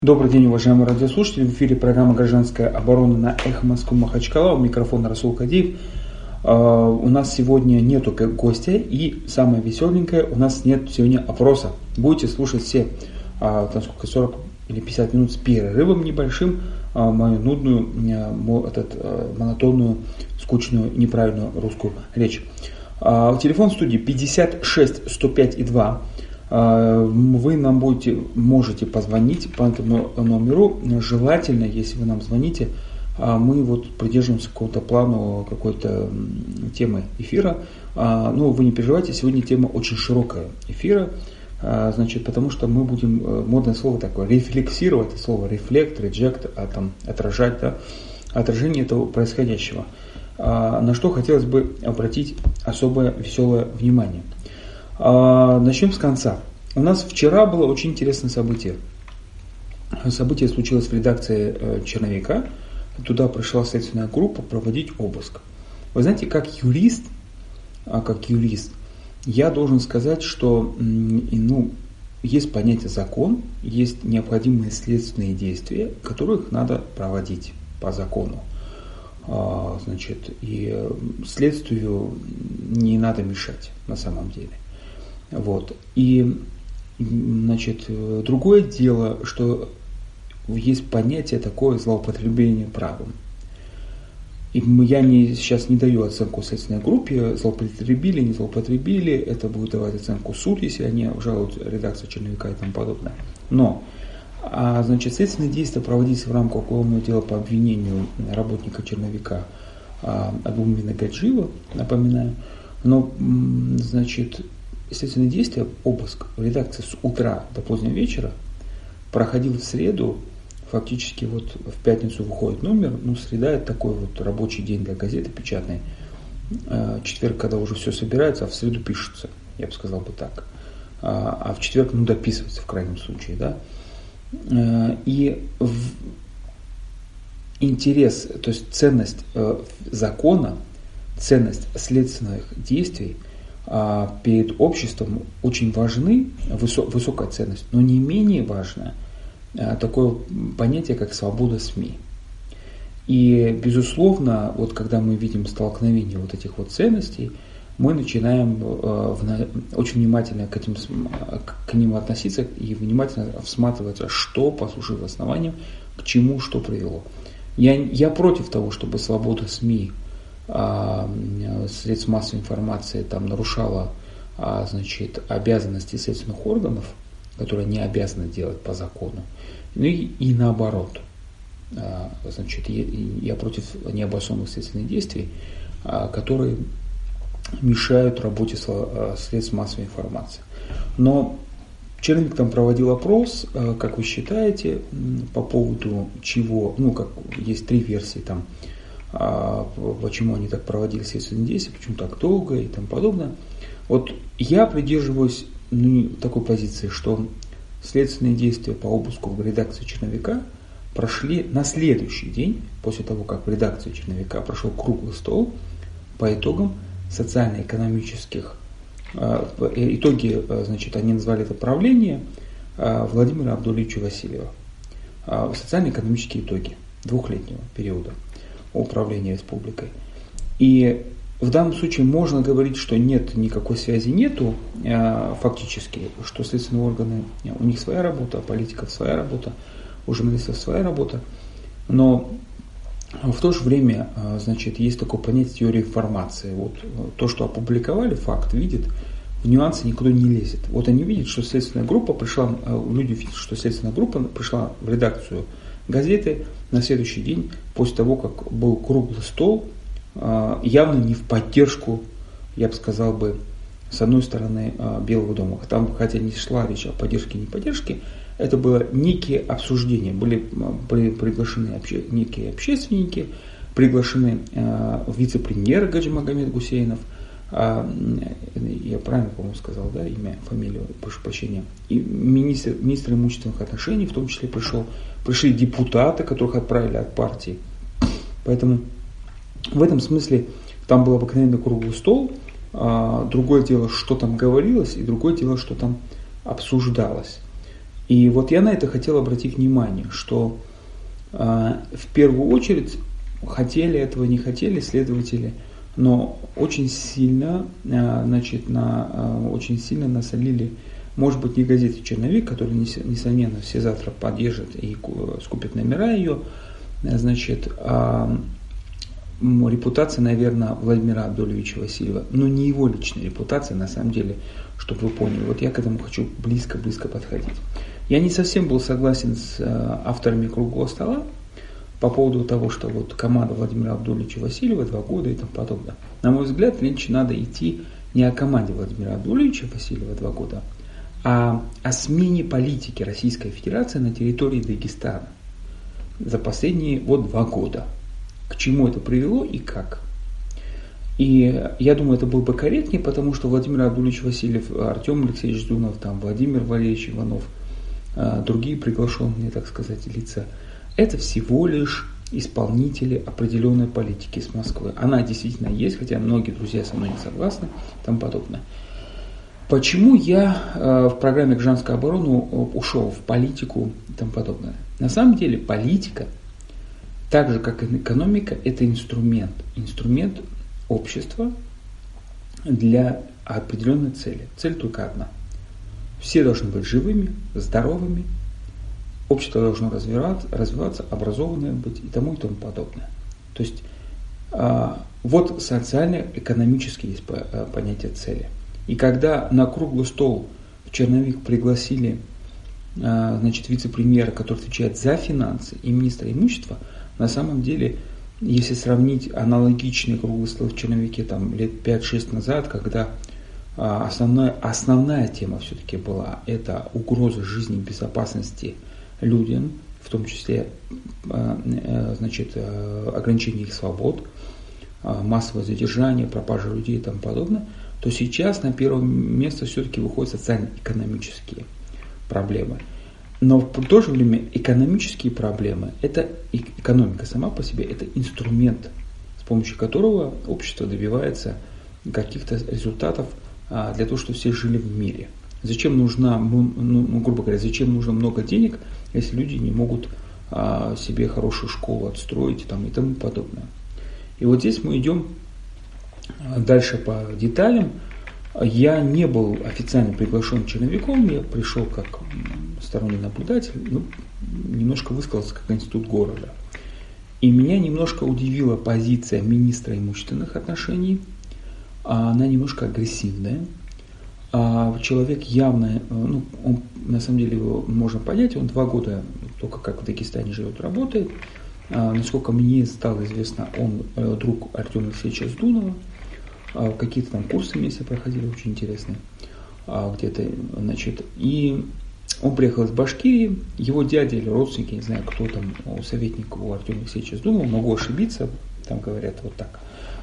Добрый день, уважаемые радиослушатели. В эфире программа «Гражданская оборона» на Эхо Москвы Махачкала. У микрофона Расул Кадиев. У нас сегодня нету гостя, и самое веселенькое, у нас нет сегодня опроса. Будете слушать все, там сколько, 40 или 50 минут с перерывом небольшим, мою нудную, монотонную, скучную, неправильную русскую речь. Телефон в студии 56 105 и 2. Вы нам можете позвонить по этому номеру. Желательно, если вы нам звоните, мы придерживаемся какого-то плана, какой-то темы эфира. Но вы не переживайте, сегодня тема очень широкая эфира, потому что мы будем, модное слово такое, рефлексировать, слово рефлект, реджект, отражать, отражение этого происходящего. На что хотелось бы обратить особое веселое внимание. Начнем с конца. У нас вчера было очень интересное событие. Событие случилось в редакции «Черновика». Туда пришла следственная группа проводить обыск. Вы знаете, как юрист, я должен сказать, что есть понятие закон, есть необходимые следственные действия, которых надо проводить по закону. И следствию не надо мешать на самом деле. И другое дело, что есть понятие такое злоупотребление правом. И я сейчас не даю оценку следственной группе, злоупотребили, не злоупотребили, это будет давать оценку суд, если они обжалуют редакцию «Черновика» и тому подобное. Но следственные действия проводились в рамках уголовного дела по обвинению работника «Черновика» Абумина Гаджиева, напоминаю. Но, следственные действия, обыск в редакции с утра до позднего вечера проходил в среду, фактически в пятницу выходит номер, среда это такой рабочий день для газеты печатной, четверг, когда уже все собирается, а в среду пишется, я бы сказал бы так, а в четверг дописывается в крайнем случае, да. И интерес, то есть ценность закона, ценность следственных действий перед обществом очень важны, высокая ценность, но не менее важно такое понятие, как свобода СМИ. И, безусловно, когда мы видим столкновение этих ценностей, мы начинаем очень внимательно к ним относиться и внимательно всматриваться, что послужило основанием, к чему, что привело. Я против того, чтобы свобода СМИ, средств массовой информации нарушала обязанности следственных органов, которые не обязаны делать по закону. И наоборот. Я против необоснованных следственных действий, которые мешают работе средств массовой информации. Но Черновик там проводил опрос, как вы считаете, по поводу чего, есть три версии там, почему они так проводили следственные действия, почему так долго и тому подобное. Я придерживаюсь такой позиции, что следственные действия по обыску в редакции «Черновика» прошли на следующий день, после того, как в редакции «Черновика» прошел круглый стол по итогам социально-экономических, итоги, они назвали это правление Владимира Абдулловича Васильева. Социально-экономические итоги двухлетнего периода управления республикой. И в данном случае можно говорить, что нет, никакой связи нету фактически, что следственные органы, у них своя работа, а политиков своя работа, у журналистов своя работа. Но в то же время, есть такое понятие теории информации. То, что опубликовали, факт видит, в нюансы никто не лезет. Они видят, что следственная группа пришла, люди видят, что следственная группа пришла в редакцию газеты на следующий день, после того, как был круглый стол, явно не в поддержку, я бы сказал бы, с одной стороны, Белого дома. Там, хотя не шла речь о поддержке и не поддержке, это было некие обсуждения. Были приглашены некие общественники, приглашены вице-премьер Гаджимагомед Гусейнов, я правильно, по-моему, сказал, да, имя, фамилию, прошу прощения, и министр имущественных отношений в том числе пришли депутаты, которых отправили от партии. Поэтому в этом смысле там был обыкновенный круглый стол. Другое дело, что там говорилось, и другое дело, что там обсуждалось. И вот я на это хотел обратить внимание, что в первую очередь хотели этого, не хотели следователи, но очень сильно, очень сильно насолили, может быть, не газете «Черновик», которую, несомненно, все завтра поддержат и скупят номера ее, репутация, наверное, Владимира Абдуловича Васильева, но не его личная репутация, на самом деле, чтобы вы поняли. Вот я к этому хочу близко-близко подходить. Я не совсем был согласен с авторами «Круглого стола» по поводу того, что вот команда Владимира Абдуловича Васильева 2 года и тому подобное. На мой взгляд, речь надо идти не о команде Владимира Абдуловича Васильева 2 года, а о смене политики Российской Федерации на территории Дагестана за последние 2 года. К чему это привело и как. И я думаю, это было бы корректнее, потому что Владимир Абдулович Васильев, Артем Алексеевич Дунов, Владимир Валерьевич Иванов, другие приглашенные, так сказать, лица, это всего лишь исполнители определенной политики с Москвы. Она действительно есть, хотя многие друзья со мной не согласны и тому подобное. Почему я в программе «Гражданская оборона» ушел в политику и тому подобное? На самом деле политика, так же как и экономика, это инструмент общества для определенной цели. Цель только одна. Все должны быть живыми, здоровыми, общество должно развиваться, образованное быть и тому подобное. То есть вот социально-экономические есть понятие цели. И когда на круглый стол в Черновик пригласили вице-премьера, который отвечает за финансы, и министра имущества, на самом деле, если сравнить аналогичный круглый стол в Черновике лет 5-6 назад, когда основная тема все-таки была это угроза жизни и безопасности людям, в том числе ограничение их свобод, массовое задержание, пропажа людей и тому подобное, то сейчас на первое место все-таки выходят социально-экономические проблемы. Но в то же время экономические проблемы, это экономика сама по себе, это инструмент, с помощью которого общество добивается каких-то результатов для того, чтобы все жили в мире. Зачем нужно, грубо говоря, зачем нужно много денег, если люди не могут себе хорошую школу отстроить и тому подобное. И вот здесь мы идем дальше по деталям. Я не был официально приглашен Черновиком, я пришел как сторонний наблюдатель, немножко высказался как институт города. И меня немножко удивила позиция министра имущественных отношений. Она немножко агрессивная. Человек явно, он, на самом деле его можно понять, он 2 года только как в Дагестане живет, работает. Насколько мне стало известно, он друг Артема Алексеевича Сдунова. Какие-то курсы вместе проходили, очень интересные. Где-то, и он приехал из Башкирии, его дядя или родственники, не знаю, кто там, советник у Артема Алексеевича Сдунова, могу ошибиться, там говорят вот так.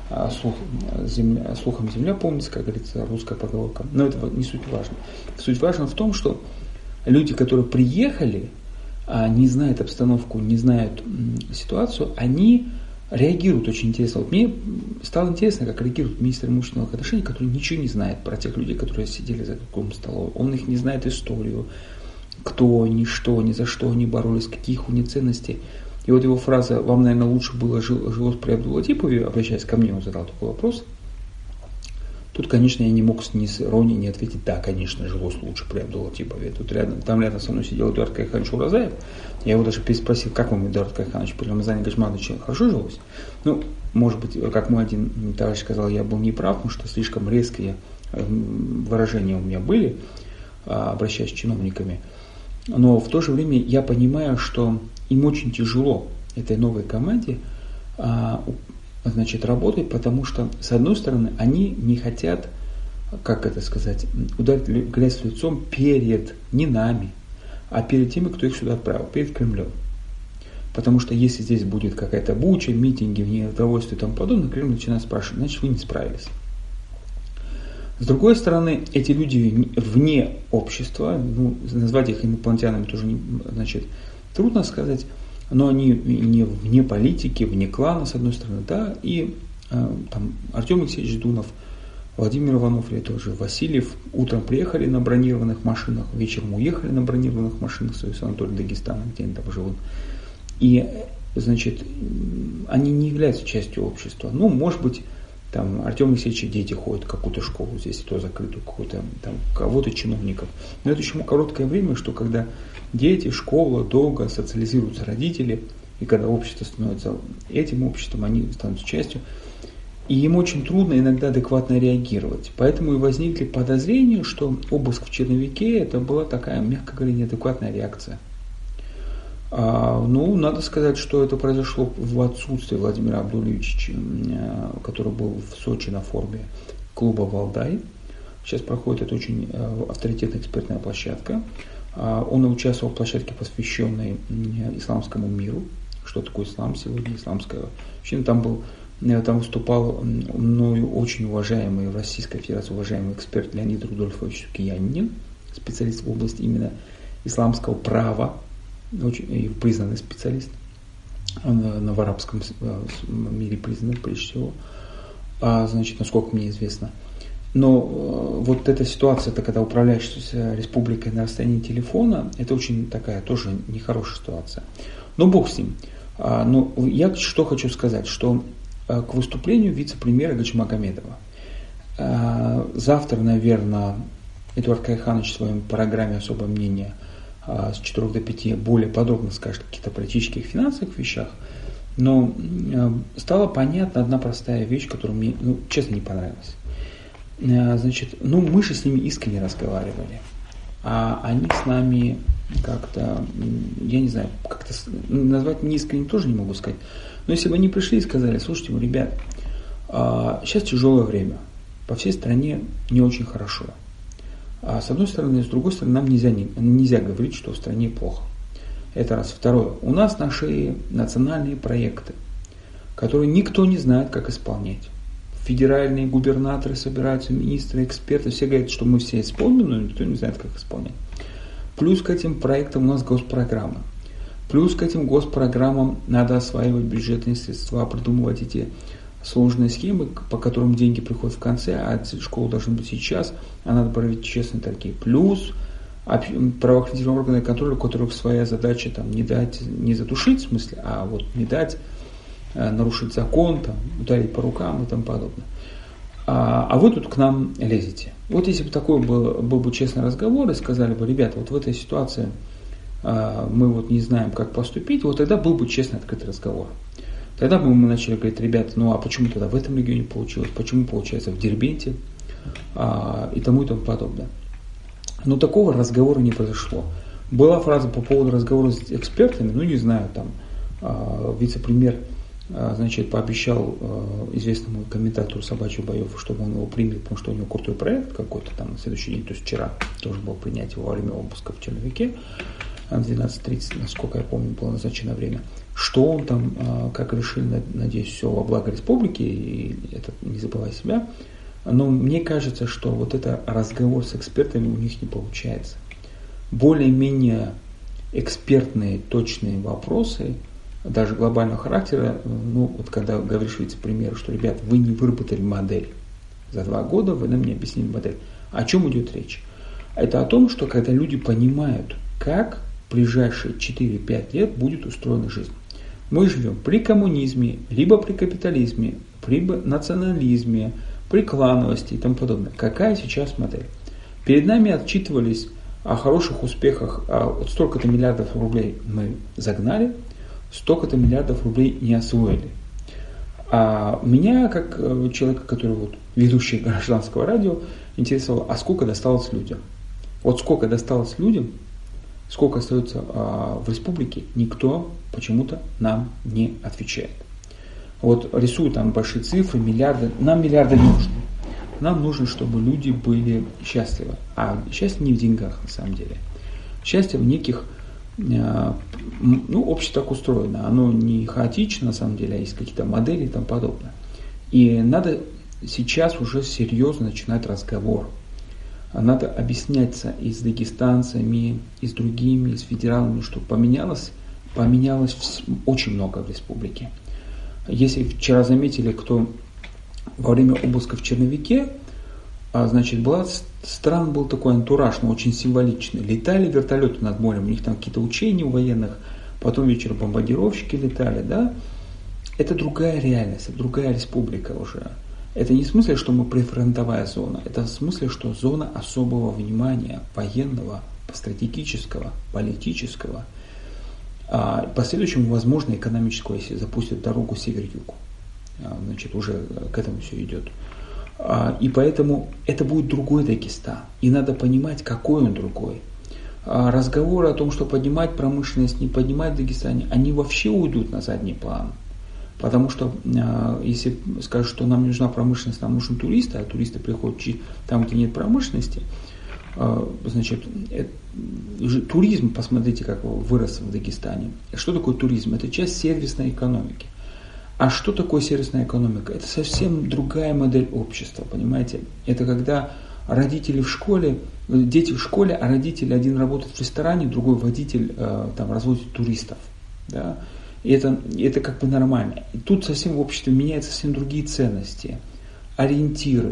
Слухом земля помнится, как говорится, русская поговорка. Но это не суть важно. Суть важна в том, что люди, которые приехали, не знают обстановку, не знают ситуацию, они реагируют очень интересно. Вот мне стало интересно, как реагирует министр имущественных отношений, который ничего не знает про тех людей, которые сидели за круглым столом. Он их не знает историю, кто, ни что, ни за что они боролись, какие их у них ценности. И вот его фраза «Вам, наверное, лучше было жилось при Абдул-Латипове», обращаясь ко мне, он задал такой вопрос. Тут, конечно, я не мог с иронией не ответить «Да, конечно, жилось лучше при Абдул-Латипове». Там рядом со мной сидел Эдуард Кайханович Уразаев. Я его даже переспросил, как вам, Эдуард Кайханович, при Рамазане Гаджимановиче хорошо жилось? Может быть, как мой один товарищ сказал, я был неправ, потому что слишком резкие выражения у меня были, обращаясь с чиновниками. Но в то же время я понимаю, что им очень тяжело, этой новой команде, работать, потому что, с одной стороны, они не хотят, ударить грязь лицом не нами, а перед теми, кто их сюда отправил, перед Кремлем. Потому что если здесь будет какая-то буча, митинги, недовольство и тому подобное, Кремль начинает спрашивать, значит, вы не справились. С другой стороны, эти люди вне общества, назвать их инопланетянами тоже трудно сказать, но они не вне политики, вне клана, с одной стороны, да, и Артем Алексеевич Дунов, Владимир Иванов или тот же Васильев утром приехали на бронированных машинах, вечером уехали на бронированных машинах в свой санаторий Дагестана, где они там живут. И, значит, они не являются частью общества. Ну, может быть, там Артем Алексеевич дети ходят в какую-то школу, здесь то закрытую, какую-то там кого-то чиновников. Но это еще короткое время, что когда дети, школа, долго социализируются родители, и когда общество становится этим обществом, они становятся частью. И им очень трудно иногда адекватно реагировать. Поэтому и возникли подозрения, что обыск в Черновике это была такая, мягко говоря, неадекватная реакция. Ну, надо сказать, что это произошло в отсутствии Владимира Абдулевича, который был в Сочи на форуме клуба «Валдай». Сейчас проходит это очень авторитетная экспертная площадка. Он участвовал в площадке, посвященной исламскому миру. Что такое ислам сегодня, исламское. Вообще, там выступал мною очень уважаемый в Российской Федерации уважаемый эксперт Леонид Рудольфович Сукиянин, специалист в области именно исламского права, очень признанный специалист, он в арабском мире признан прежде всего, значит, насколько мне известно. Но вот эта ситуация, когда управляющая республикой на расстоянии телефона, это очень такая тоже нехорошая ситуация. Но бог с ним. Но я что хочу сказать, что к выступлению вице-премьера Гачимагомедова. Завтра, наверное, Эдуард Кайханович в своей программе «Особое мнение» с 4 до 5 более подробно скажет о каких-то политических и финансовых вещах. Но стала понятна одна простая вещь, которая мне, честно, не понравилась. Значит, мы же с ними искренне разговаривали, а они с нами как-то, я не знаю, как-то назвать неискренне тоже не могу сказать. Но если бы они пришли и сказали: слушайте, ребят, сейчас тяжелое время, по всей стране не очень хорошо. С одной стороны, с другой стороны, нам нельзя говорить, что в стране плохо. Это раз. Второе. У нас на шее национальные проекты, которые никто не знает, как исполнять. Федеральные губернаторы собираются, министры, эксперты, все говорят, что мы все исполним, но никто не знает, как исполнять. Плюс к этим проектам у нас госпрограммы. Плюс к этим госпрограммам надо осваивать бюджетные средства, придумывать эти сложные схемы, по которым деньги приходят в конце, а школа должна быть сейчас, а надо проводить честные торги. Плюс правоохранительные органы контроля, у которых своя задача не затушить, в смысле, а вот не дать нарушить закон, ударить по рукам и тому подобное. А вы тут к нам лезете. Вот если бы такой был бы честный разговор и сказали бы: ребята, вот в этой ситуации мы не знаем, как поступить, вот тогда был бы честный открытый разговор. Тогда бы мы начали говорить: ребята, а почему тогда в этом регионе получилось, почему получается в Дербенте и тому подобное. Но такого разговора не произошло. Была фраза по поводу разговора с экспертами, не знаю, вице-премьер, пообещал известному комментатору собачьих боев, чтобы он его принял, потому что у него крутой проект какой-то на следующий день, то есть вчера тоже было принять его во время обыска в Черновике, 12:30, насколько я помню, было назначено время. Что он как решил, надеюсь, все во благо республики, и это не забывай себя. Но мне кажется, что вот это разговор с экспертами у них не получается. Более-менее экспертные, точные вопросы, даже глобального характера, когда говоришь вице-премьеру, что, ребят, вы не выработали модель. За 2 года вы нам не объяснили модель. О чем идет речь? Это о том, что когда люди понимают, как в ближайшие 4-5 лет будет устроена жизнь. Мы живем при коммунизме, либо при капитализме, при национализме, при клановости и тому подобное. Какая сейчас модель? Перед нами отчитывались о хороших успехах, вот столько-то миллиардов рублей мы загнали, столько-то миллиардов рублей не освоили. А меня, как человека, который ведущий гражданского радио, интересовало, а сколько досталось людям? Вот сколько досталось людям, сколько остается в республике, никто почему-то нам не отвечает. Рисуют большие цифры, миллиарды. Нам миллиарды не нужны. Нам нужно, чтобы люди были счастливы. А счастье не в деньгах, на самом деле. Счастье в неких... общество так устроено. Оно не хаотично, на самом деле, а есть какие-то модели и тому подобное. И надо сейчас уже серьезно начинать разговор. Надо объясняться и с дагестанцами, и с другими, и с федералами, что поменялось очень много в республике. Если вчера заметили, кто во время обыска в Черновике, Значит, стран был такой антураж, но очень символичный. Летали вертолеты над морем, у них там какие-то учения военных, потом вечером бомбардировщики летали, да. Это другая реальность, это другая республика уже. Это не в смысле, что мы прифронтовая зона, это в смысле, что зона особого внимания, военного, стратегического, политического, последующему, возможно, экономического, если запустят дорогу север-юг. Значит, уже к этому все идет. И поэтому это будет другой Дагестан. И надо понимать, какой он другой. Разговоры о том, что поднимать промышленность, не поднимать в Дагестане, они вообще уйдут на задний план. Потому что если скажут, что нам не нужна промышленность, нам нужны туристы, а туристы приходят там, где нет промышленности, значит, туризм, посмотрите, как вырос в Дагестане. Что такое туризм? Это часть сервисной экономики. А что такое сервисная экономика? Это совсем другая модель общества, понимаете? Это когда родители в школе, дети в школе, а родители, один работает в ресторане, другой водитель там разводит туристов. Да? И это как бы нормально. И тут совсем в обществе меняются совсем другие ценности, ориентиры.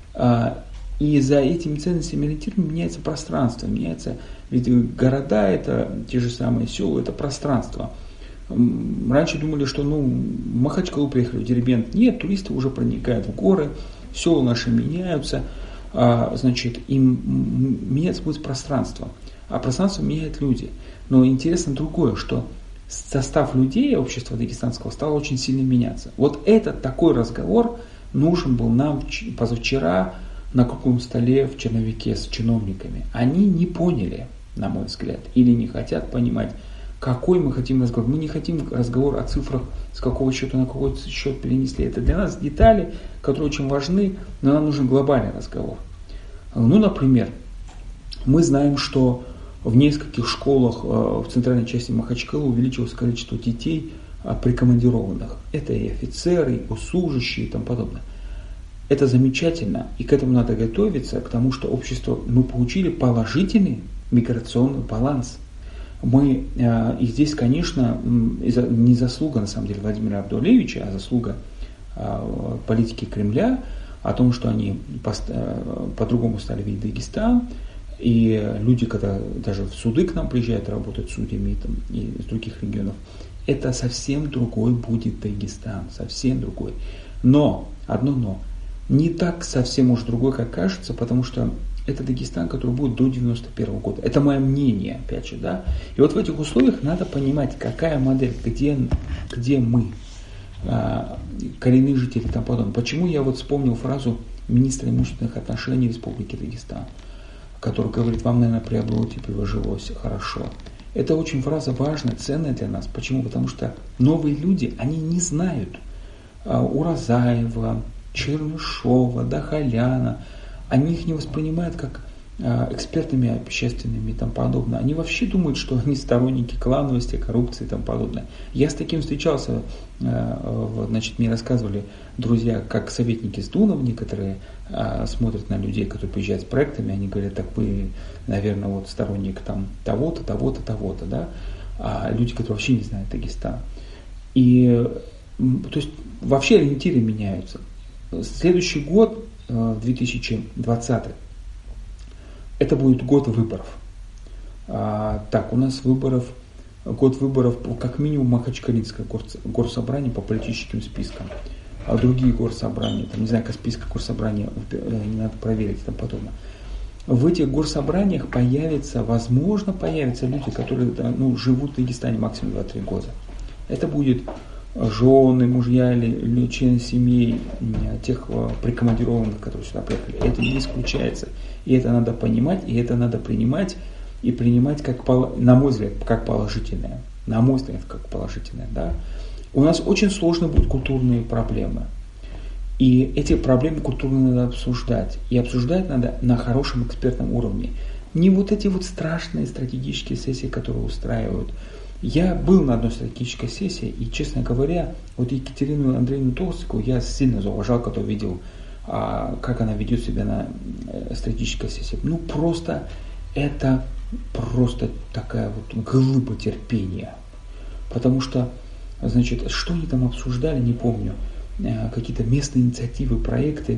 И за этими ценностями, ориентирами меняется пространство, меняется, ведь города это те же самые села, это пространство. Раньше думали, что в Махачкалу приехали, в Дербент. Нет, туристы уже проникают в горы, села наши меняются, значит, им меняется будет пространство, а пространство меняют люди. Но интересно другое, что состав людей общества дагестанского стал очень сильно меняться. Вот этот такой разговор нужен был нам позавчера на круглом столе в Черновике с чиновниками. Они не поняли, на мой взгляд, или не хотят понимать, какой мы хотим разговор. Мы не хотим разговор о цифрах, с какого счета на какой счет перенесли. Это для нас детали, которые очень важны, но нам нужен глобальный разговор. Например, мы знаем, что в нескольких школах в центральной части Махачкалы увеличилось количество детей прикомандированных. Это и офицеры, и госслужащие и тому подобное. Это замечательно, и к этому надо готовиться, к тому, что общество, мы получили положительный миграционный баланс. И здесь, конечно, не заслуга, на самом деле, Владимира Абдуллевича, а заслуга политики Кремля о том, что они по-другому стали видеть Дагестан. И люди, когда даже в суды к нам приезжают работать судьями и из других регионов, это совсем другой будет Дагестан, совсем другой. Но, одно но, не так совсем уж другой, как кажется, потому что это Дагестан, который будет до 91 года. Это мое мнение, опять же, да. И вот в этих условиях надо понимать, какая модель, где мы, коренные жители и тому подобное. Почему я вот вспомнил фразу министра имущественных отношений Республики Дагестан, который говорит, вам, наверное, приобрелось и прижилось хорошо. Это очень фраза важная, ценная для нас. Почему? Потому что новые люди, они не знают Уразаева, Чернышова, Дахаляна. Они их не воспринимают как экспертами общественными и тому подобное. Они вообще думают, что они сторонники клановости, коррупции и тому подобное. Я с таким встречался, значит, мне рассказывали друзья, как советники с Дунов, некоторые смотрят на людей, которые приезжают с проектами, они говорят, так вы, наверное, вот сторонник там того-то, того-то, того-то, да, а люди, которые вообще не знают Дагестан. И, то есть, вообще ориентиры меняются. Следующий год, 2020, это будет год выборов. У нас год выборов, как минимум, Махачкалинское горсобрание по политическим спискам. А другие горсобрания, там, не знаю, списка горсобрания, не надо проверить и тому подобное. В этих горсобраниях возможно, появятся люди, которые живут в Дагестане максимум 2-3 года. Это будет жены, мужья или члены семей тех прикомандированных, которые сюда приехали. Это не исключается. И это надо понимать, и это надо принимать, и принимать, на мой взгляд, как положительное. На мой взгляд, как положительное, да. У нас очень сложно будут культурные проблемы. И эти проблемы культурные надо обсуждать. И обсуждать надо на хорошем экспертном уровне. Не вот эти вот страшные стратегические сессии, которые устраивают. Я был на одной стратегической сессии, и, честно говоря, вот Екатерину Андреевну Толстикову я сильно зауважал, когда видел, как она ведет себя на стратегической сессии. Это просто такая вот глыба терпения. Потому что, значит, что они там обсуждали, не помню, какие-то местные инициативы, проекты.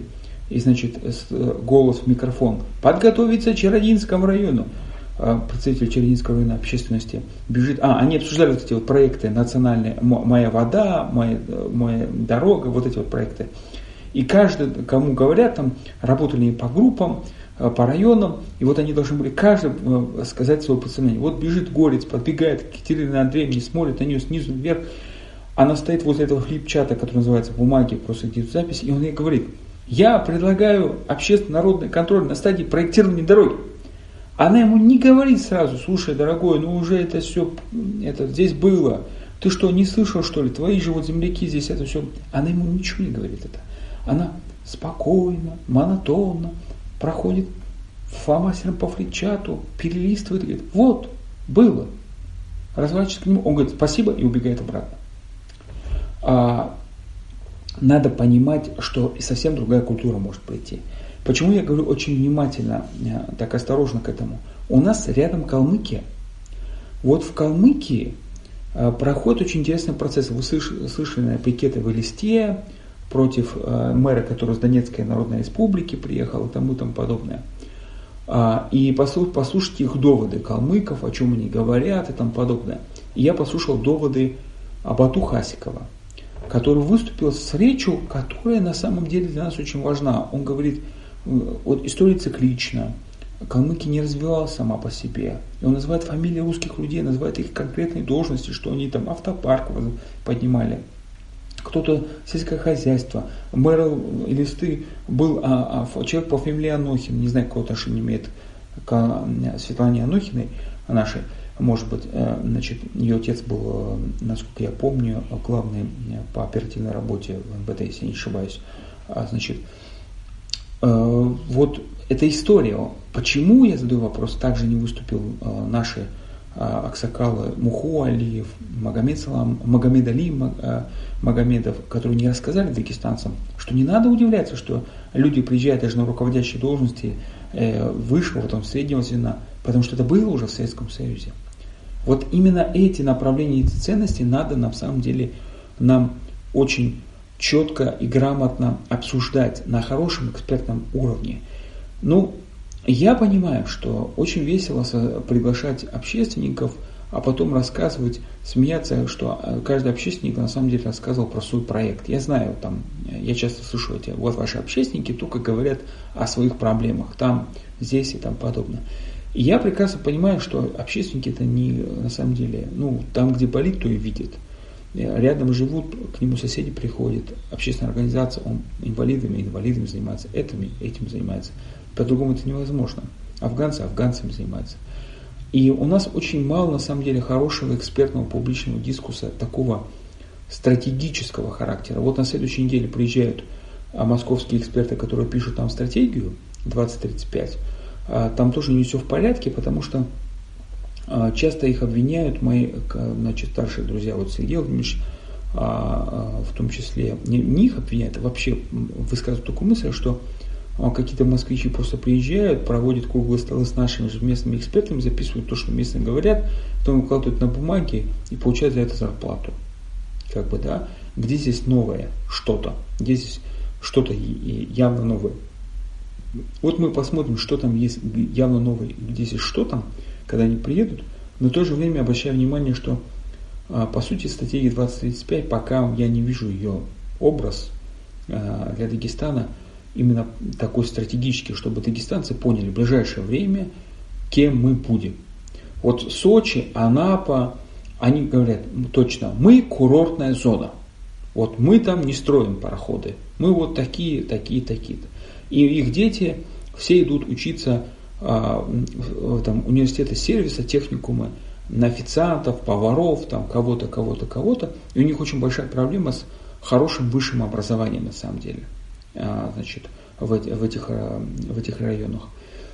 и, значит, голос в микрофон: подготовиться Чародинскому району. Представитель Чародинского района общественности бежит. Они обсуждали вот эти вот проекты национальные: «Моя вода», «Моя дорога», вот эти вот проекты. И каждый, кому говорят, там работали по группам, по районам, и вот они должны были каждый сказать свое представление. Вот бежит Горец, подбегает к Екатерине Андреевне, смотрит на нее снизу вверх. Она стоит возле этого флип-чата, который называется «Бумаги», просто где запись, и он ей говорит: я предлагаю общественно-народный контроль на стадии проектирования дороги. Она ему не говорит сразу: слушай, дорогой, уже это все, это здесь было. Ты что, не слышал, что ли? Твои же вот земляки здесь это все. Она ему ничего не говорит это. Она спокойно, монотонно проходит фломастером по флипчату, перелистывает и говорит: вот, было. Разворачивается к нему, он говорит: спасибо, и убегает обратно. Надо понимать, что и совсем другая культура может прийти. Почему я говорю очень внимательно, так осторожно к этому? У нас рядом Калмыкия. Вот в Калмыкии проходит очень интересный процесс. Вы слышали на пикетовой листе против мэра, который из Донецкой Народной Республики приехал и тому подобное. И послушайте их доводы калмыков, о чем они говорят и тому подобное. И я послушал доводы Бату Хасикова, который выступил с речью, которая на самом деле для нас очень важна. Он говорит: вот история циклична, Калмыкия не развивалась сама по себе. И он называет фамилии русских людей, называет их конкретные должности, что они там автопарк поднимали, кто-то сельское хозяйство. Мэр Элисты был человек по фамилии Анохин, не знаю, какое отношение имеет к Светлане Анохиной, нашей. Может быть, значит, ее отец был, насколько я помню, главный по оперативной работе в МВД, если я не ошибаюсь. Значит, вот эта история. Почему, я задаю вопрос, также не выступил наши аксакалы Муху Алиев, Магомед Али Магомедов, которые не рассказали дагестанцам, что не надо удивляться, что люди приезжают даже на руководящие должности высшего, потом среднего звена, потому что это было уже в Советском Союзе. Вот именно эти направления, эти ценности надо на самом деле нам очень четко и грамотно обсуждать на хорошем экспертном уровне. Я понимаю, что очень весело приглашать общественников, а потом рассказывать, смеяться, что каждый общественник на самом деле рассказывал про свой проект. Я знаю, я часто слышу вот ваши общественники только говорят о своих проблемах, там, здесь и тому подобное. И я прекрасно понимаю, что общественники это не на самом деле, там, где болит, то и видит. Рядом живут, к нему соседи приходят, общественная организация, он инвалидами занимается, этим занимается. По-другому это невозможно. Афганцы афганцами занимаются. И у нас очень мало, на самом деле, хорошего экспертного публичного дискурса, такого стратегического характера. Вот на следующей неделе приезжают московские эксперты, которые пишут там стратегию 2035. Там тоже не все в порядке, потому что часто их обвиняют мои, старшие друзья, вот Сергей Владимирович, в том числе, не их обвиняют, а вообще высказывают такую мысль, что какие-то москвичи просто приезжают, проводят круглые столы с нашими же местными экспертами, записывают то, что местные говорят, потом укладывают на бумаги и получают за это зарплату. Где здесь новое что-то, где здесь что-то явно новое. Вот мы посмотрим, что там есть явно новое, где здесь что там, когда они приедут, но в то же время обращаю внимание, что по сути стратегия 2035, пока я не вижу ее образ для Дагестана, именно такой стратегический, чтобы дагестанцы поняли в ближайшее время, кем мы будем. Вот Сочи, Анапа, они говорят точно: мы курортная зона. Вот мы там не строим пароходы. Мы вот такие, такие-то. И их дети все идут учиться в университеты сервиса, техникумы, на официантов, поваров, кого-то. И у них очень большая проблема с хорошим высшим образованием на самом деле. В этих районах,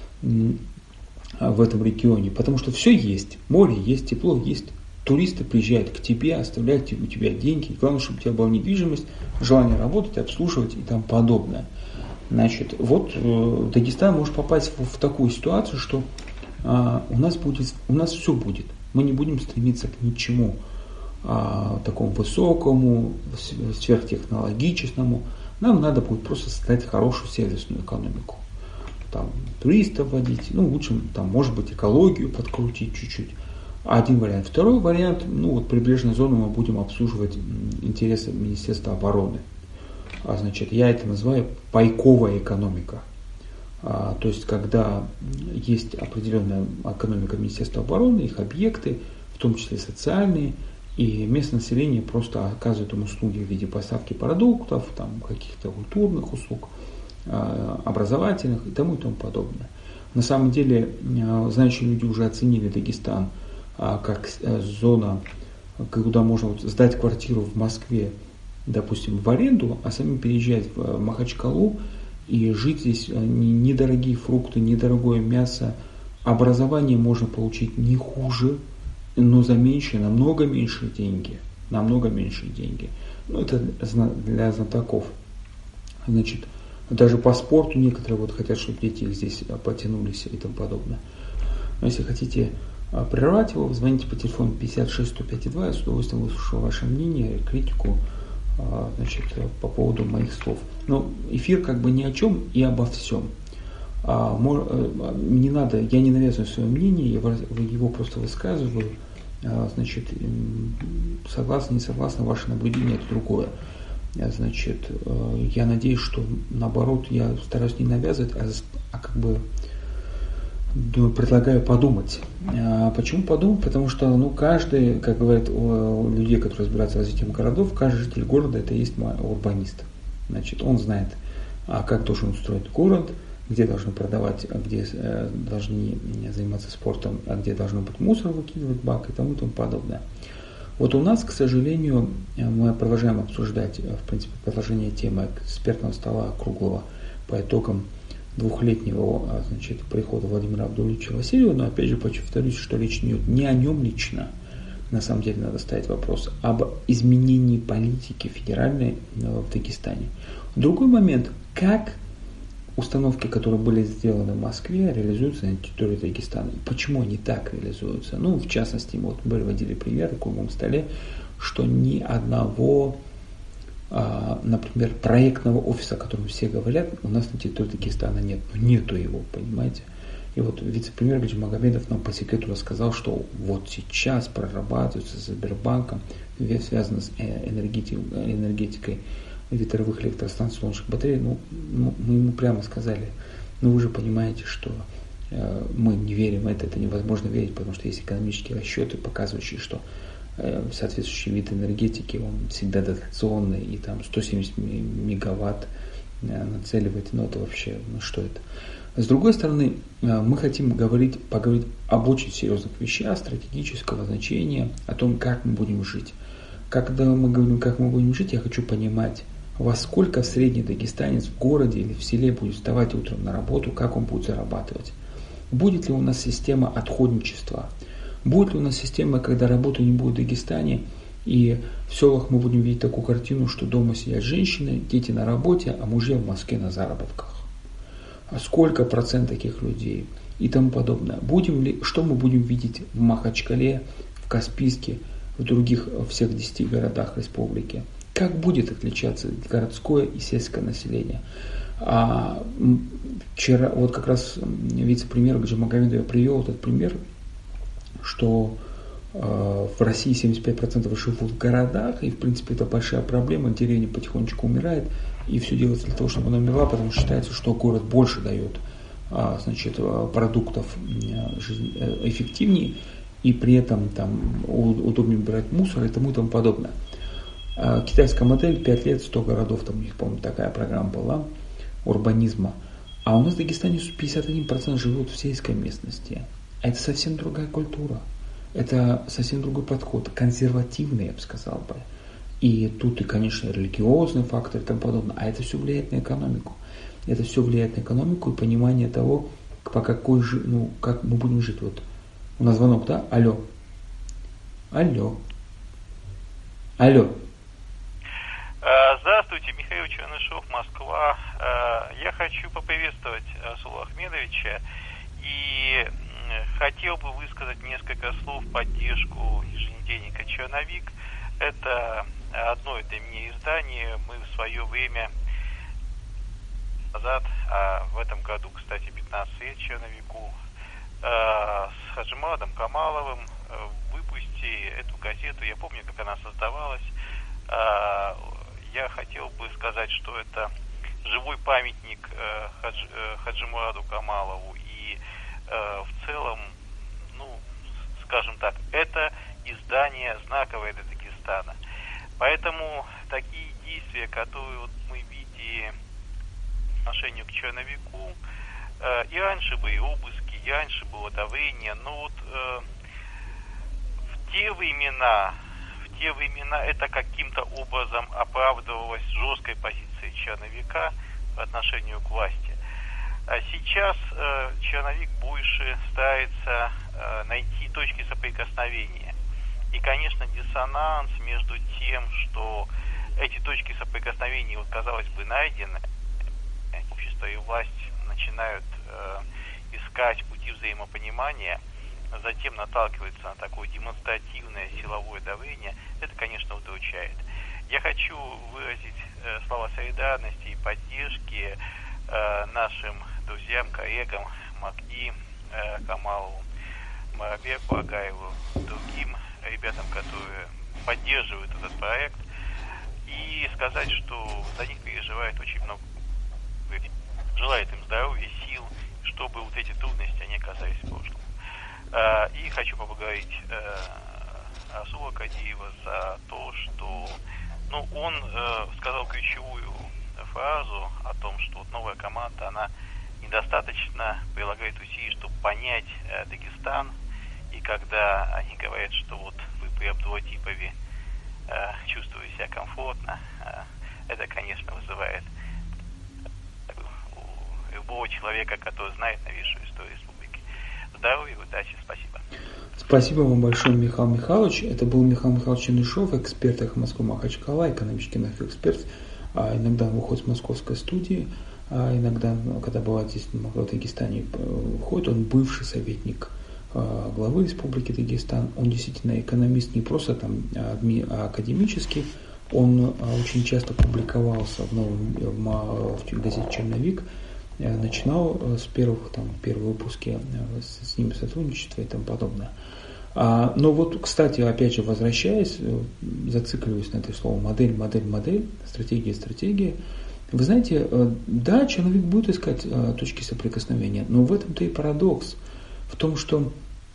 в этом регионе. Потому что все есть. Море есть, тепло есть. Туристы приезжают к тебе, оставляют у тебя деньги. Главное, чтобы у тебя была недвижимость, желание работать, обслуживать и тому подобное. Дагестан может попасть в такую ситуацию, что у нас все будет. Мы не будем стремиться к ничему такому высокому, сверхтехнологичному. Нам надо будет просто создать хорошую сервисную экономику. Там туристов водить, лучше там, может быть, экологию подкрутить чуть-чуть. Один вариант. Второй вариант, прибрежную зону мы будем обслуживать интересы Министерства обороны. Значит, я это называю пайковая экономика. То есть, когда есть определенная экономика Министерства обороны, их объекты, в том числе социальные, и местное население просто оказывает им услуги в виде поставки продуктов, там, каких-то культурных услуг, образовательных и тому подобное. На самом деле, знающие люди уже оценили Дагестан как зона, куда можно сдать квартиру в Москве, допустим, в аренду, а самим переезжать в Махачкалу и жить здесь. Недорогие фрукты, недорогое мясо, образование можно получить не хуже, но за намного меньшие деньги. Это для знатоков. Значит, даже по спорту некоторые хотят, чтобы дети их здесь потянулись и тому подобное. Но если хотите прервать его, звоните по телефону 56-105-2, я с удовольствием выслушаю ваше мнение, критику, по поводу моих слов. Но эфир ни о чем и обо всем. Не надо, я не навязываю свое мнение, я его просто высказываю. Согласно, не согласно, ваше наблюдение это другое. Я надеюсь, что наоборот, я стараюсь не навязывать, предлагаю подумать. Почему подумать? Потому что каждый, как говорят у людей, которые разбираются в развитии городов, каждый житель города это и есть урбанист. Он знает, как должен устроить город, где должны продавать, где должны заниматься спортом, а где должно быть мусор выкидывать в бак и тому подобное. У нас, к сожалению, мы продолжаем обсуждать, в принципе, продолжение темы экспертного стола круглого по итогам двухлетнего прихода Владимира Абдуловича Васильева, но опять же повторюсь, что речь идет не о нем лично, на самом деле надо ставить вопрос об изменении политики федеральной в Дагестане. Другой момент, как установки, которые были сделаны в Москве, реализуются на территории Дагестана. И почему они так реализуются? В частности, мы приводили примеры в круглом столе, что ни одного, например, проектного офиса, о котором все говорят, у нас на территории Дагестана нет. Нету его, понимаете? И вице-премьер Гаджимагомедов нам по секрету рассказал, что сейчас прорабатывается с Сбербанком, связано с энергетикой ветровых электростанций, солнечных батарей. Мы ему прямо сказали, вы же понимаете, что мы не верим в это невозможно верить, потому что есть экономические расчеты, показывающие, что соответствующий вид энергетики, он всегда дотационный, и там 170 мегаватт нацеливать, это вообще, что это? С другой стороны, мы хотим поговорить об очень серьезных вещах, стратегического значения, о том, как мы будем жить. Когда мы говорим, как мы будем жить, я хочу понимать, во сколько средний дагестанец в городе или в селе будет вставать утром на работу, как он будет зарабатывать. Будет ли у нас система отходничества? Будет ли у нас система, когда работы не будет в Дагестане, и в селах мы будем видеть такую картину, что дома сидят женщины, дети на работе, а мужья в Москве на заработках? А сколько процент таких людей? И тому подобное. Что мы будем видеть в Махачкале, в Каспийске, в других всех 10 городах республики? Как будет отличаться городское и сельское население? Вчера как раз вице-премьер Гаджимагомедов привел этот пример, что в России 75% живут в городах, и в принципе это большая проблема, деревня потихонечку умирает, и все делается для того, чтобы она умерла, потому что считается, что город больше дает продуктов эффективнее, и при этом удобнее убирать мусор и тому подобное. Китайская модель 5 лет, 100 городов, у них, по-моему, такая программа была, урбанизма. А у нас в Дагестане 51% живут в сельской местности. Это совсем другая культура. Это совсем другой подход, консервативный, я бы сказал бы. И тут, конечно, религиозный фактор и тому подобное. А это все влияет на экономику. Это все влияет на экономику и понимание того, как мы будем жить. У нас звонок, да? Алло. Здравствуйте, Михаил Чернышов, Москва. Я хочу поприветствовать Расула Ахмедовича и хотел бы высказать несколько слов в поддержку еженедельника «Черновик». Это одно мне издание. Мы в свое время назад, а в этом году, кстати, 15 лет черновику, с Хаджимурадом Камаловым выпусти эту газету. Я помню, как она создавалась. Я хотел бы сказать, что это живой памятник Хаджимураду Камалову. И в целом, скажем так, это издание знаковое для Дагестана. Поэтому такие действия, которые мы видим по отношению к черновику, и раньше были обыски, и раньше было давление, но в те времена это каким-то образом оправдывалось жесткой позицией черновика по отношению к власти. А сейчас черновик больше старается найти точки соприкосновения. И, конечно, диссонанс между тем, что эти точки соприкосновения, казалось бы, найдены, общество и власть начинают искать пути взаимопонимания, затем наталкиваются на такое демонстративное силовое давление, это, конечно, удручает. Я хочу выразить слова солидарности и поддержки нашим друзьям, коллегам Макди Камалову, Марабеку Агаеву, другим ребятам, которые поддерживают этот проект, и сказать, что за них переживает очень много людей. Желает им здоровья, сил, чтобы эти трудности они оказались в прошлом. И хочу поблагодарить Расула Кадиева за то, что он сказал ключевую фразу о том, что новая команда, она недостаточно прилагает усилий, чтобы понять Дагестан. И когда они говорят, что вы при Абдулатипове чувствуете себя комфортно, это, конечно, вызывает у любого человека, который знает новейшую историю республики. Здоровья, удачи, спасибо. Спасибо вам большое, Михаил Михайлович. Это был Михаил Михайлович Чернышов, эксперт «Эхо Москвы» Махачкала, экономический эксперт. Иногда он выходит с московской студии, иногда, когда бывает здесь в Дагестане, выходит, он бывший советник главы Республики Дагестан. Он действительно экономист не просто а академический. Он очень часто публиковался в газете «Черновик», начинал с первых выпуски с ними сотрудничество и тому подобное. Но кстати, опять же, возвращаясь, зацикливаясь на это слово модель, стратегия. Вы знаете, да, Черновик будет искать точки соприкосновения, но в этом-то и парадокс. В том, что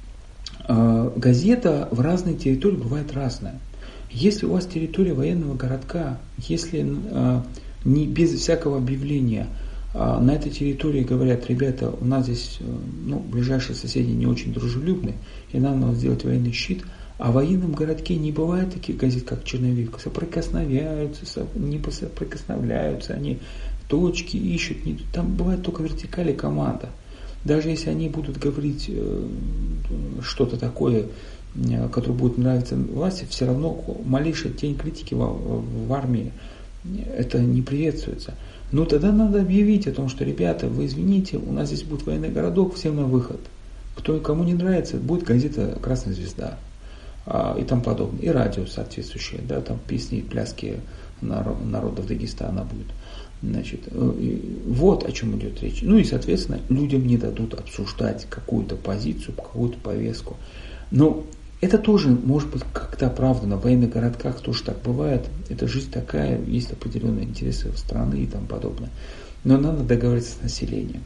газета в разной территории бывает разная. Если у вас территория военного городка, если не без всякого объявления на этой территории говорят: ребята, у нас здесь ближайшие соседи не очень дружелюбны, и нам надо сделать военный щит, а в военном городке не бывает таких газет, как Черновик, не соприкосновляются, они точки ищут, там бывает только вертикаль и команда. Даже если они будут говорить что-то такое, которое будет нравиться власти, все равно малейшая тень критики в армии это не приветствуется. Но тогда надо объявить о том, что, ребята, вы извините, у нас здесь будет военный городок, всем на выход. Кому не нравится, будет газета «Красная звезда» и тому подобное. И радио соответствующее, там песни и пляски народов Дагестана будет. Вот о чем идет речь. И, соответственно, людям не дадут обсуждать какую-то позицию, какую-то повестку. Но это тоже может быть как-то оправдано. В военных городках тоже так бывает. Это жизнь такая, есть определенные интересы страны и тому подобное. Но надо договориться с населением.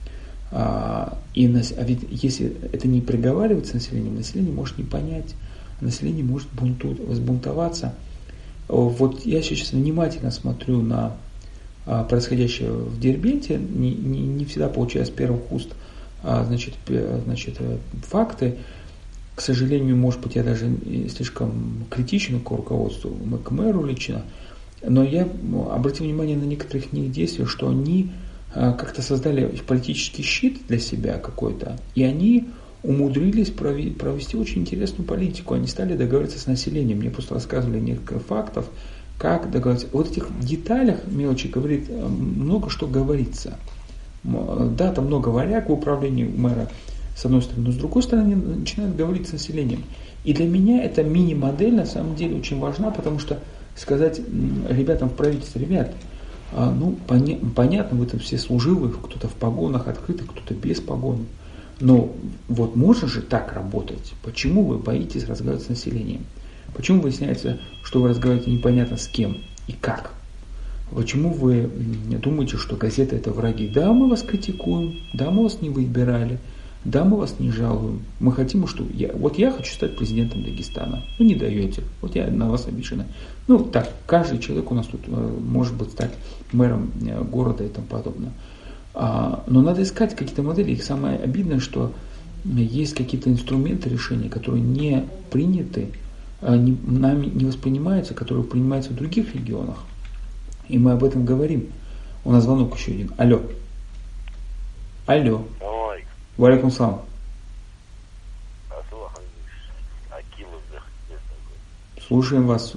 Ведь если это не проговаривать с населением, население может не понять, население может взбунтоваться. Я сейчас внимательно смотрю на происходящее в Дербенте, не всегда получая с первых уст факты. К сожалению, может быть, я даже слишком критичен к руководству, к мэру лично, но я обратил внимание на некоторых их действия, что они как-то создали политический щит для себя какой-то, и они умудрились провести очень интересную политику. Они стали договариваться с населением. Мне просто рассказывали несколько фактов, как договориться. Вот этих деталях, мелочи, говорит, много что говорится. Да, там много варяг в управлении мэра, с одной стороны, но с другой стороны начинают говорить с населением. И для меня эта мини-модель на самом деле очень важна, потому что сказать ребятам в правительстве: ребят, Понятно, вы там все служивые, кто-то в погонах открытых, кто-то без погон. Но вот можно же так работать. Почему вы боитесь разговаривать с населением? Почему выясняется, что вы разговариваете непонятно с кем и как? Почему вы думаете, что газеты это враги? Да, мы вас критикуем, да, мы вас не выбирали, да, мы вас не жалуем. Мы хотим, что я хочу стать президентом Дагестана. Не даете. Вот я на вас обижена. Так, каждый человек у нас тут может быть стать мэром города и тому подобное. Но надо искать какие-то модели. И самое обидное, что есть какие-то инструменты решения, которые не приняты, нами не воспринимаются, которые принимаются в других регионах. И мы об этом говорим. У нас звонок еще один. Алло. Ой. Валейкум салам. Слушаем вас.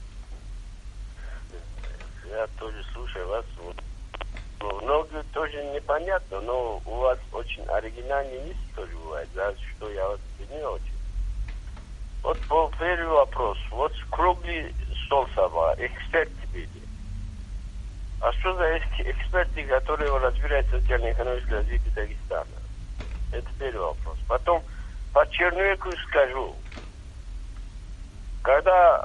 Я тоже слушаю вас. Многое тоже непонятно, но у вас очень оригинальные мысли тоже бывают, за что я вас не очень. Вот первый вопрос. Вот круглый стол собрал, эксперты были. А что за эксперты, которые разбираются в социально-экономическом развитии Дагестана? Это первый вопрос. Потом по Черновику скажу. Когда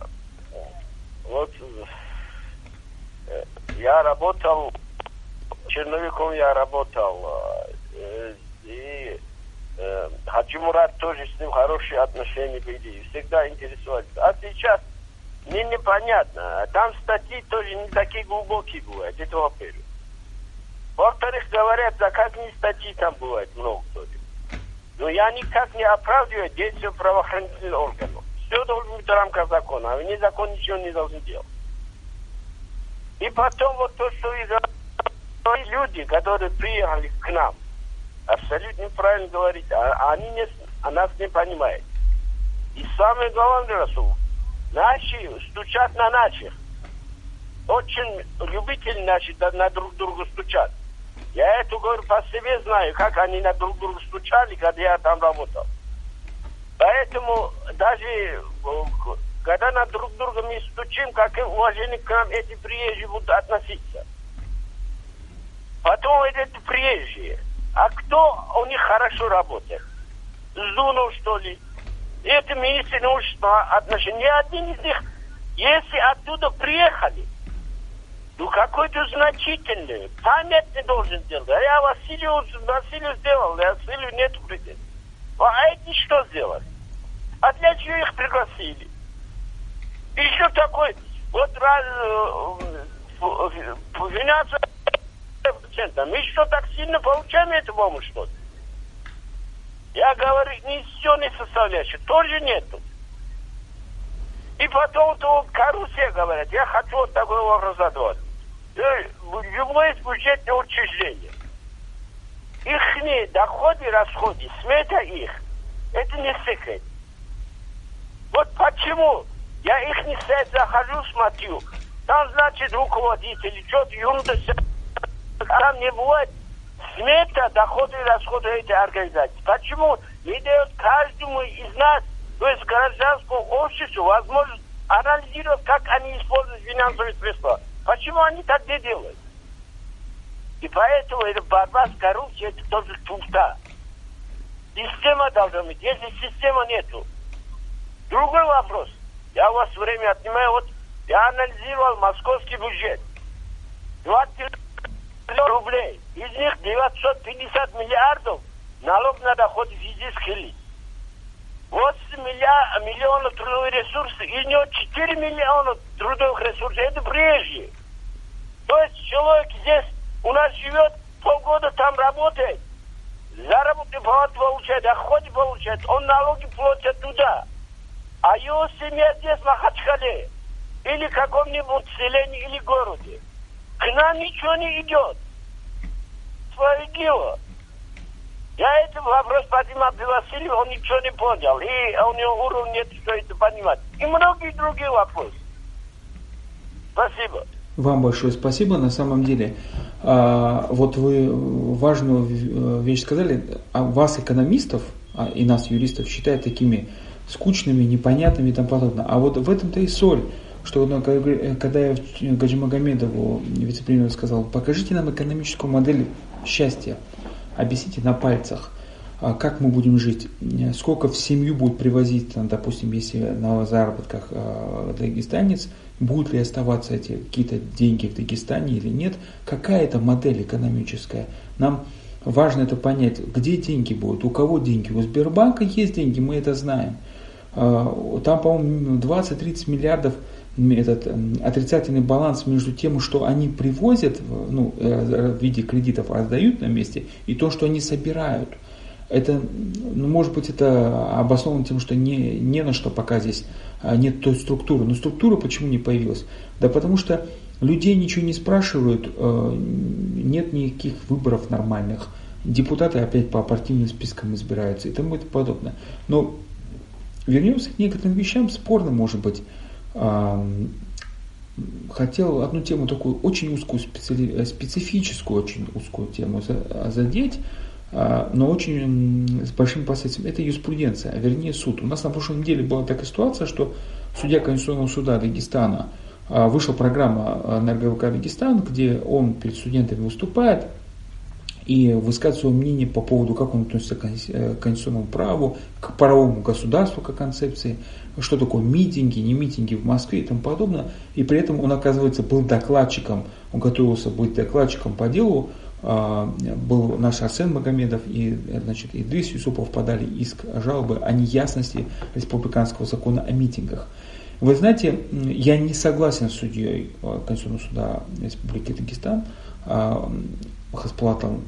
я работал, Черновиком я работал, и Хаджи Мурат тоже с ним хорошие отношения были, всегда интересовались. А сейчас мне непонятно. Там статьи тоже не такие глубокие бывают. Это во-первых. Во-вторых, говорят, заказные статьи там бывает много тоже. Но я никак не оправдываю действия правоохранительных органов. Все должно быть в рамках закона. А вне закона ничего не должны делать. И потом вот то, что вы говорите, люди, которые приехали к нам, абсолютно правильно говорите, они нас не понимают. И самое главное, Расул, наши стучат на наших. Очень любители наши на друг друга стучат. Я это говорю по себе знаю, как они на друг друга стучали, когда я там работал. Поэтому даже когда на друг друга мы стучим, как и уважение к нам эти приезжие будут относиться. Потом эти приезжие. А кто у них хорошо работает? Зунов, что ли? Это министр научного отношения. Ни один из них, если оттуда приехали, какой-то значительный, памятный должен делать. А я Василию сделал, Василию нету претензий. А эти что сделали? А для чего их пригласили? Еще такой, финансовый процент. Мы что, так сильно получаем эту помощь, что ли? Я говорю, инвестиционной составляющей тоже нету. И потом коррупция, говорят, я хочу вот такой вопрос задавать. Любое бюджетное учреждение. Их доходы, расходы, смета их, это не секрет. Вот почему я их не сайт захожу, смотрю, там, значит, руководители, что-то ерунда, там не бывает смета, доходы и расходы этой организации. Почему не дает каждому из нас, то есть гражданскому обществу, возможность анализировать, как они используют финансовые средства? Почему они так не делают? И поэтому эта борьба с коррупцией, это тоже туфта. Система должна быть. Если системы нету. Другой вопрос. Я у вас время отнимаю. Вот я анализировал московский бюджет. 20 миллионов рублей. Из них 950 миллиардов налог на доходы физических лиц. 8 миллионов трудовых ресурсов. Из него 4 миллиона трудовых ресурсов. Это приезжие. То есть человек здесь у нас живет, полгода там работает, заработную плату получает, доходы получает, он налоги платит туда. А его семья здесь в Махачкале, или в каком-нибудь селении, или городе. К нам ничего не идет. Справедливо. Я этот вопрос поднимал при Васильеве, он ничего не понял. И у него уровня нет, что это понимать. И многие другие вопросы. Спасибо. Вам большое спасибо. На самом деле, вот вы важную вещь сказали, а вас, экономистов, и нас, юристов, считают такими скучными, непонятными и тому подобное. А вот в этом-то и соль, что когда я Гаджимагомедову, вице-премьеру, сказал, покажите нам экономическую модель счастья, объясните на пальцах, как мы будем жить, сколько в семью будет привозить, допустим, если на заработках дагестанец, будут ли оставаться эти какие-то деньги в Дагестане или нет, какая это модель экономическая. Нам важно это понять, где деньги будут, у кого деньги. У Сбербанка есть деньги, мы это знаем. Там, по-моему, 20-30 миллиардов этот отрицательный баланс между тем, что они привозят в виде кредитов, раздают на месте, и то, что они собирают. Это, может быть, это обосновано тем, что не на что пока здесь нет той структуры. Но структура почему не появилась? Да потому что людей ничего не спрашивают, нет никаких выборов нормальных. Депутаты опять по партийным спискам избираются и тому и подобное. Но вернемся к некоторым вещам, спорно может быть. Хотел одну тему такую очень узкую, специфическую, очень узкую тему задеть, но очень с большим последствием. Это юриспруденция, а вернее суд. У нас на прошлой неделе была такая ситуация, что судья Конституционного суда Дагестана, вышла программа на РГВК Дагестан, где он перед студентами выступает и высказывает свое мнение по поводу, как он относится к конституционному праву, к правовому государству как концепции, что такое митинги, не митинги в Москве и тому подобное. И при этом он, оказывается, был докладчиком, он готовился быть докладчиком по делу. Был наш Арсен Магомедов и Идрис Юсупов подали иск, жалобы о неясности республиканского закона о митингах. Вы знаете, я не согласен с судьей Конституционного суда Республики Дагестан Хасплатом,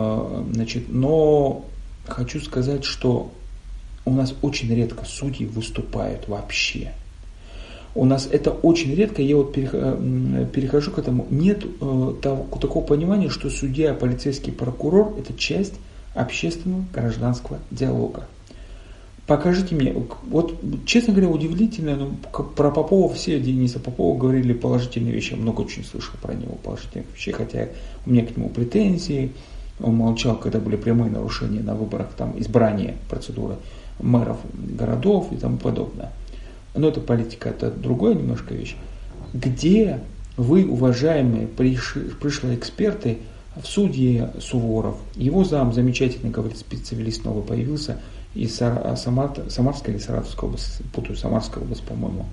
но хочу сказать, что у нас очень редко судьи выступают вообще. У нас это очень редко, я вот перехожу к этому. Нет такого понимания, что судья, полицейский, прокурор – это часть общественного гражданского диалога. Покажите мне, вот честно говоря, удивительно, про Попова все, Дениса Попова, говорили положительные вещи, я много очень слышал про него положительных вещей, хотя у меня к нему претензии, он молчал, когда были прямые нарушения на выборах, там, избрания процедуры мэров городов и тому подобное. Но это политика, это другая немножко вещь. Где вы, уважаемые пришлые эксперты, в судье Суворов, его зам, замечательный, говорит, специалист новый появился из Самарской или Саратовской области, путаю, Самарская область, по-моему,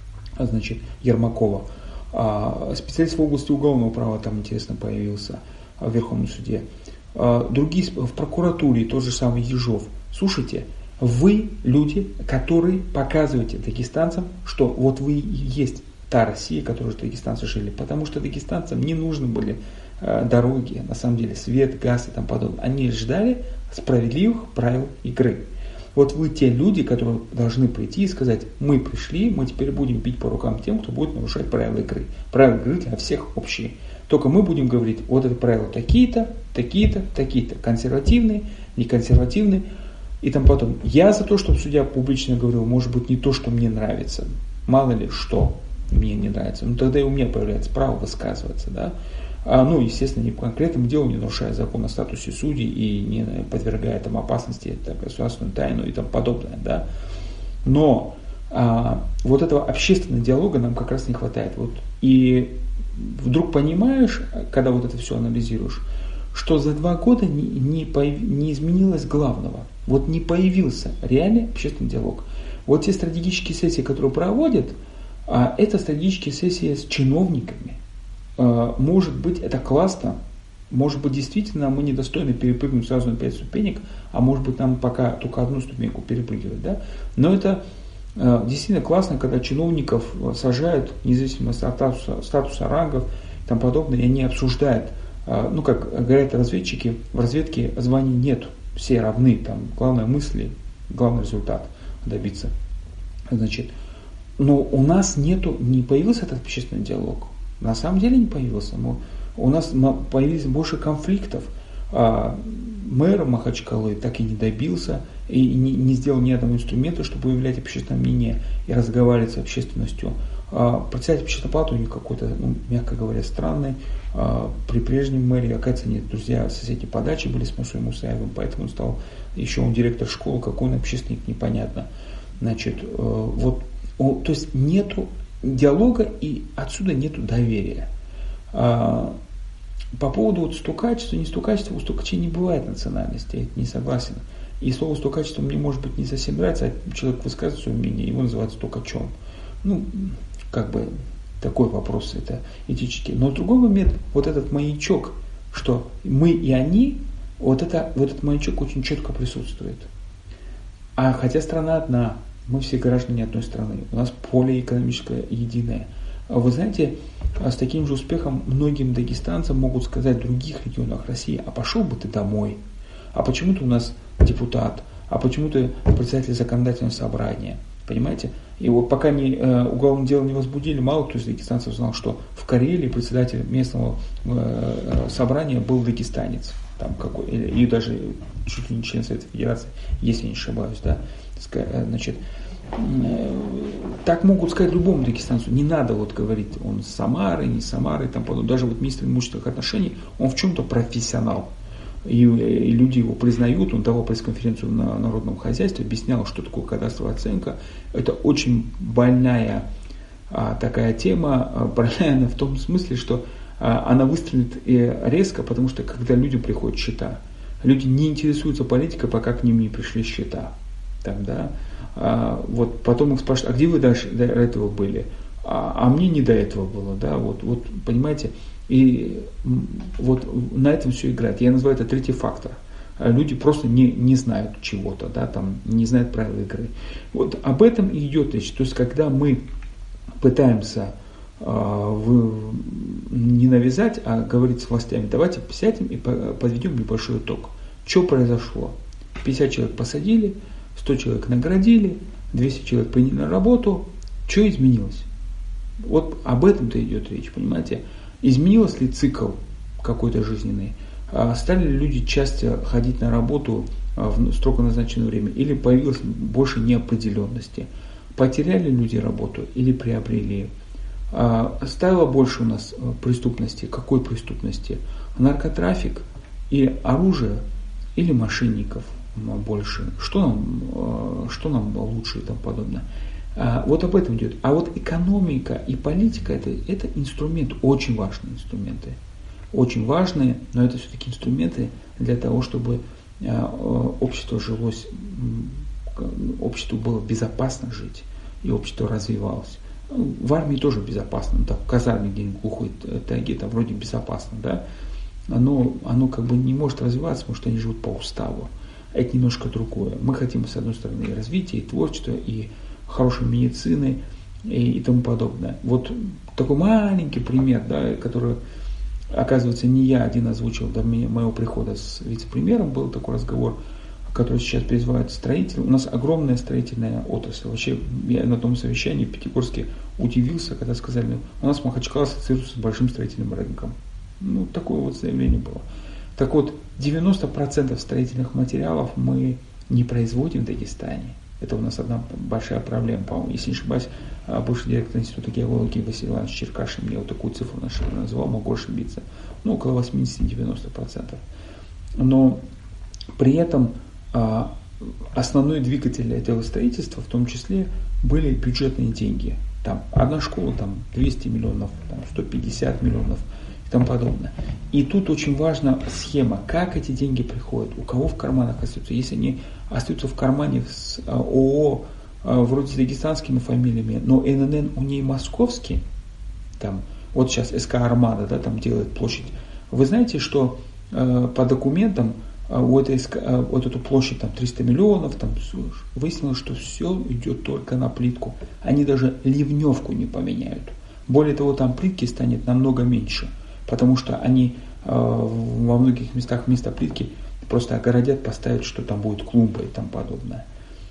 Ермакова. Специалист в области уголовного права там, интересно, появился в Верховном суде. Другие в прокуратуре, тот же самый Ежов. Слушайте, вы люди, которые показываете дагестанцам, что вот вы и есть та Россия, которой дагестанцы жили. Потому что дагестанцам не нужны были дороги, на самом деле, свет, газ и тому подобное. Они ждали справедливых правил игры. Вот вы те люди, которые должны прийти и сказать, мы пришли, мы теперь будем бить по рукам тем, кто будет нарушать правила игры. Правила игры для всех общие. Только мы будем говорить, вот это правила такие-то, такие-то, такие-то. Консервативные, неконсервативные. И там потом, я за то, чтобы судья публично говорил, может быть, не то, что мне нравится. Мало ли, что мне не нравится. Ну, тогда и у меня появляется право высказываться, да. Естественно, не по конкретному делу, не нарушая закон о статусе судей и не подвергая там опасности государственную тайну и тому подобное, да. Но вот этого общественного диалога нам как раз не хватает. Вот. И вдруг понимаешь, когда вот это все анализируешь, что за 2 года не изменилось главного. Вот не появился реальный общественный диалог. Вот те стратегические сессии, которые проводят, это стратегические сессии с чиновниками. Может быть, это классно, может быть, действительно мы недостойны перепрыгнуть сразу на 5 ступенек, а может быть, нам пока только 1 ступеньку перепрыгивать, да? Но это действительно классно, когда чиновников сажают, независимо от статуса рангов и тому подобное, и они обсуждают, как говорят разведчики, в разведке званий нет, все равны, там главная мысль, главный результат добиться. Но у нас не появился этот общественный диалог. На самом деле не появился. У нас появилось больше конфликтов. Мэр Махачкалы так и не добился и не сделал ни одного инструмента, чтобы выявлять общественное мнение и разговаривать с общественностью. Председатель общественной палаты у них какой-то, мягко говоря, странный. При прежнем мэре, оказывается, нет, друзья соседней по даче были с Мусой Мусаевым, поэтому он стал еще он директор школы, какой он общественник, непонятно. То есть нету диалога, и отсюда нету доверия. По поводу вот стукачества, не стукачества, у стукачей не бывает национальности, я не согласен. И слово стукачество мне, может быть, не совсем нравится, а человек высказывает свое мнение, его называют стукачом. Ну, как бы такой вопрос, это этический. Но другой момент, вот этот маячок, что мы и они, вот этот маячок очень четко присутствует. А хотя страна одна, мы все граждане одной страны, у нас поле экономическое единое. Вы знаете, с таким же успехом многим дагестанцам могут сказать в других регионах России: а пошел бы ты домой, а почему ты у нас депутат, а почему ты председатель законодательного собрания, понимаете? И вот пока уголовное дело не возбудили, мало кто из дагестанцев знал, что в Карелии председатель местного собрания был дагестанец, там какой, и даже чуть ли не член Совета Федерации, если я не ошибаюсь, да, значит. Так могут сказать любому дагестанцу. Не надо вот говорить, он с Самары, не с Самары, там, даже вот министр имущественных отношений, он в чем-то профессионал. И люди его признают, он давал пресс-конференцию на народном хозяйстве, объяснял, что такое кадастровая оценка. Это очень больная такая тема, больная в том смысле, что она выстрелит резко, потому что когда людям приходят счета, люди не интересуются политикой, пока к ним не пришли счета. Там, да? Вот потом их спрашивают: а где вы дальше до этого были? А мне не до этого было, да, вот понимаете, и вот на этом все играет. Я называю это третий фактор. Люди просто не знают чего-то, да, там, не знают правил игры. Вот об этом и идет речь. То есть, когда мы пытаемся не навязать, а говорить с властями: давайте сядем и подведем небольшой итог. Что произошло? 50 человек посадили, 100 человек наградили, 200 человек приняли на работу. Что изменилось? Вот об этом-то идет речь, понимаете? Изменился ли цикл какой-то жизненный? Стали ли люди часто ходить на работу в строго назначенное время? Или появилось больше неопределенности? Потеряли люди работу или приобрели? Стало больше у нас преступности? Какой преступности? Наркотрафик или оружие, или мошенников больше? Что нам лучше и тому подобное? Вот об этом идет. А вот экономика и политика это инструмент, очень важные инструменты. Очень важные, но это все-таки инструменты для того, чтобы обществу было безопасно жить, и общество развивалось. В армии тоже безопасно, там, в казарме где-нибудь глухой тайге, там вроде безопасно, да, оно как бы не может развиваться, потому что они живут по уставу. Это немножко другое. Мы хотим, с одной стороны, и развития, и творчества, и хорошей медицины, и тому подобное. Вот такой маленький пример, да, который, оказывается, не я один озвучил до моего прихода с вице-премьером, был такой разговор, который сейчас призывает строителей. У нас огромная строительная отрасль. Вообще, я на том совещании в Пятигорске удивился, когда сказали: у нас Махачкала ассоциируется с большим строительным рынком. Ну, такое вот заявление было. Так вот, 90% строительных материалов мы не производим в Дагестане. Это у нас одна большая проблема, по-моему. Если не ошибаюсь, бывший директор Института геологии Василий Иванович Черкашин мне вот такую цифру назвал, могу ошибиться. Ну, около 80-90%. Но при этом основной двигатель этого строительства, в том числе, были бюджетные деньги. Там одна школа, там 200 миллионов, там 150 миллионов и тому подобное. И тут очень важна схема, как эти деньги приходят, у кого в карманах остаются. Если они остаются в кармане с ООО, вроде с дагестанскими фамилиями, но ННН у ней московский, там, вот сейчас СК «Армада», да, там делает площадь. Вы знаете, что по документам вот эту площадь там 300 миллионов, там выяснилось, что все идет только на плитку. Они даже ливневку не поменяют. Более того, там плитки станет намного меньше, потому что они во многих местах вместо плитки просто огородят, поставят, что там будет клумба и тому подобное.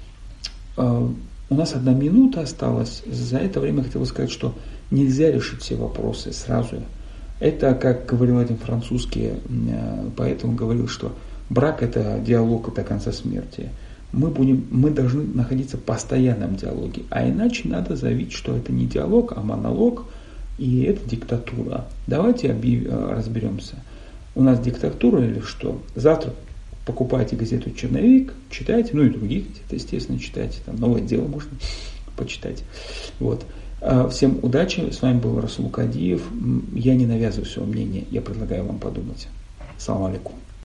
У нас 1 минута осталась. За это время хотел бы сказать, что нельзя решить все вопросы сразу. Это, как говорил один французский поэт, он говорил, что брак – это диалог до конца смерти. Мы должны находиться в постоянном диалоге, а иначе надо заявить, что это не диалог, а монолог, и это диктатура. Давайте разберемся. У нас диктатура или что? Завтра покупайте газету «Черновик», читайте, ну и другие газеты, естественно, читайте, там «Новое дело» можно почитать. Вот. Всем удачи. С вами был Расул Кадиев. Я не навязываю свое мнение, я предлагаю вам подумать. Салам алейкум.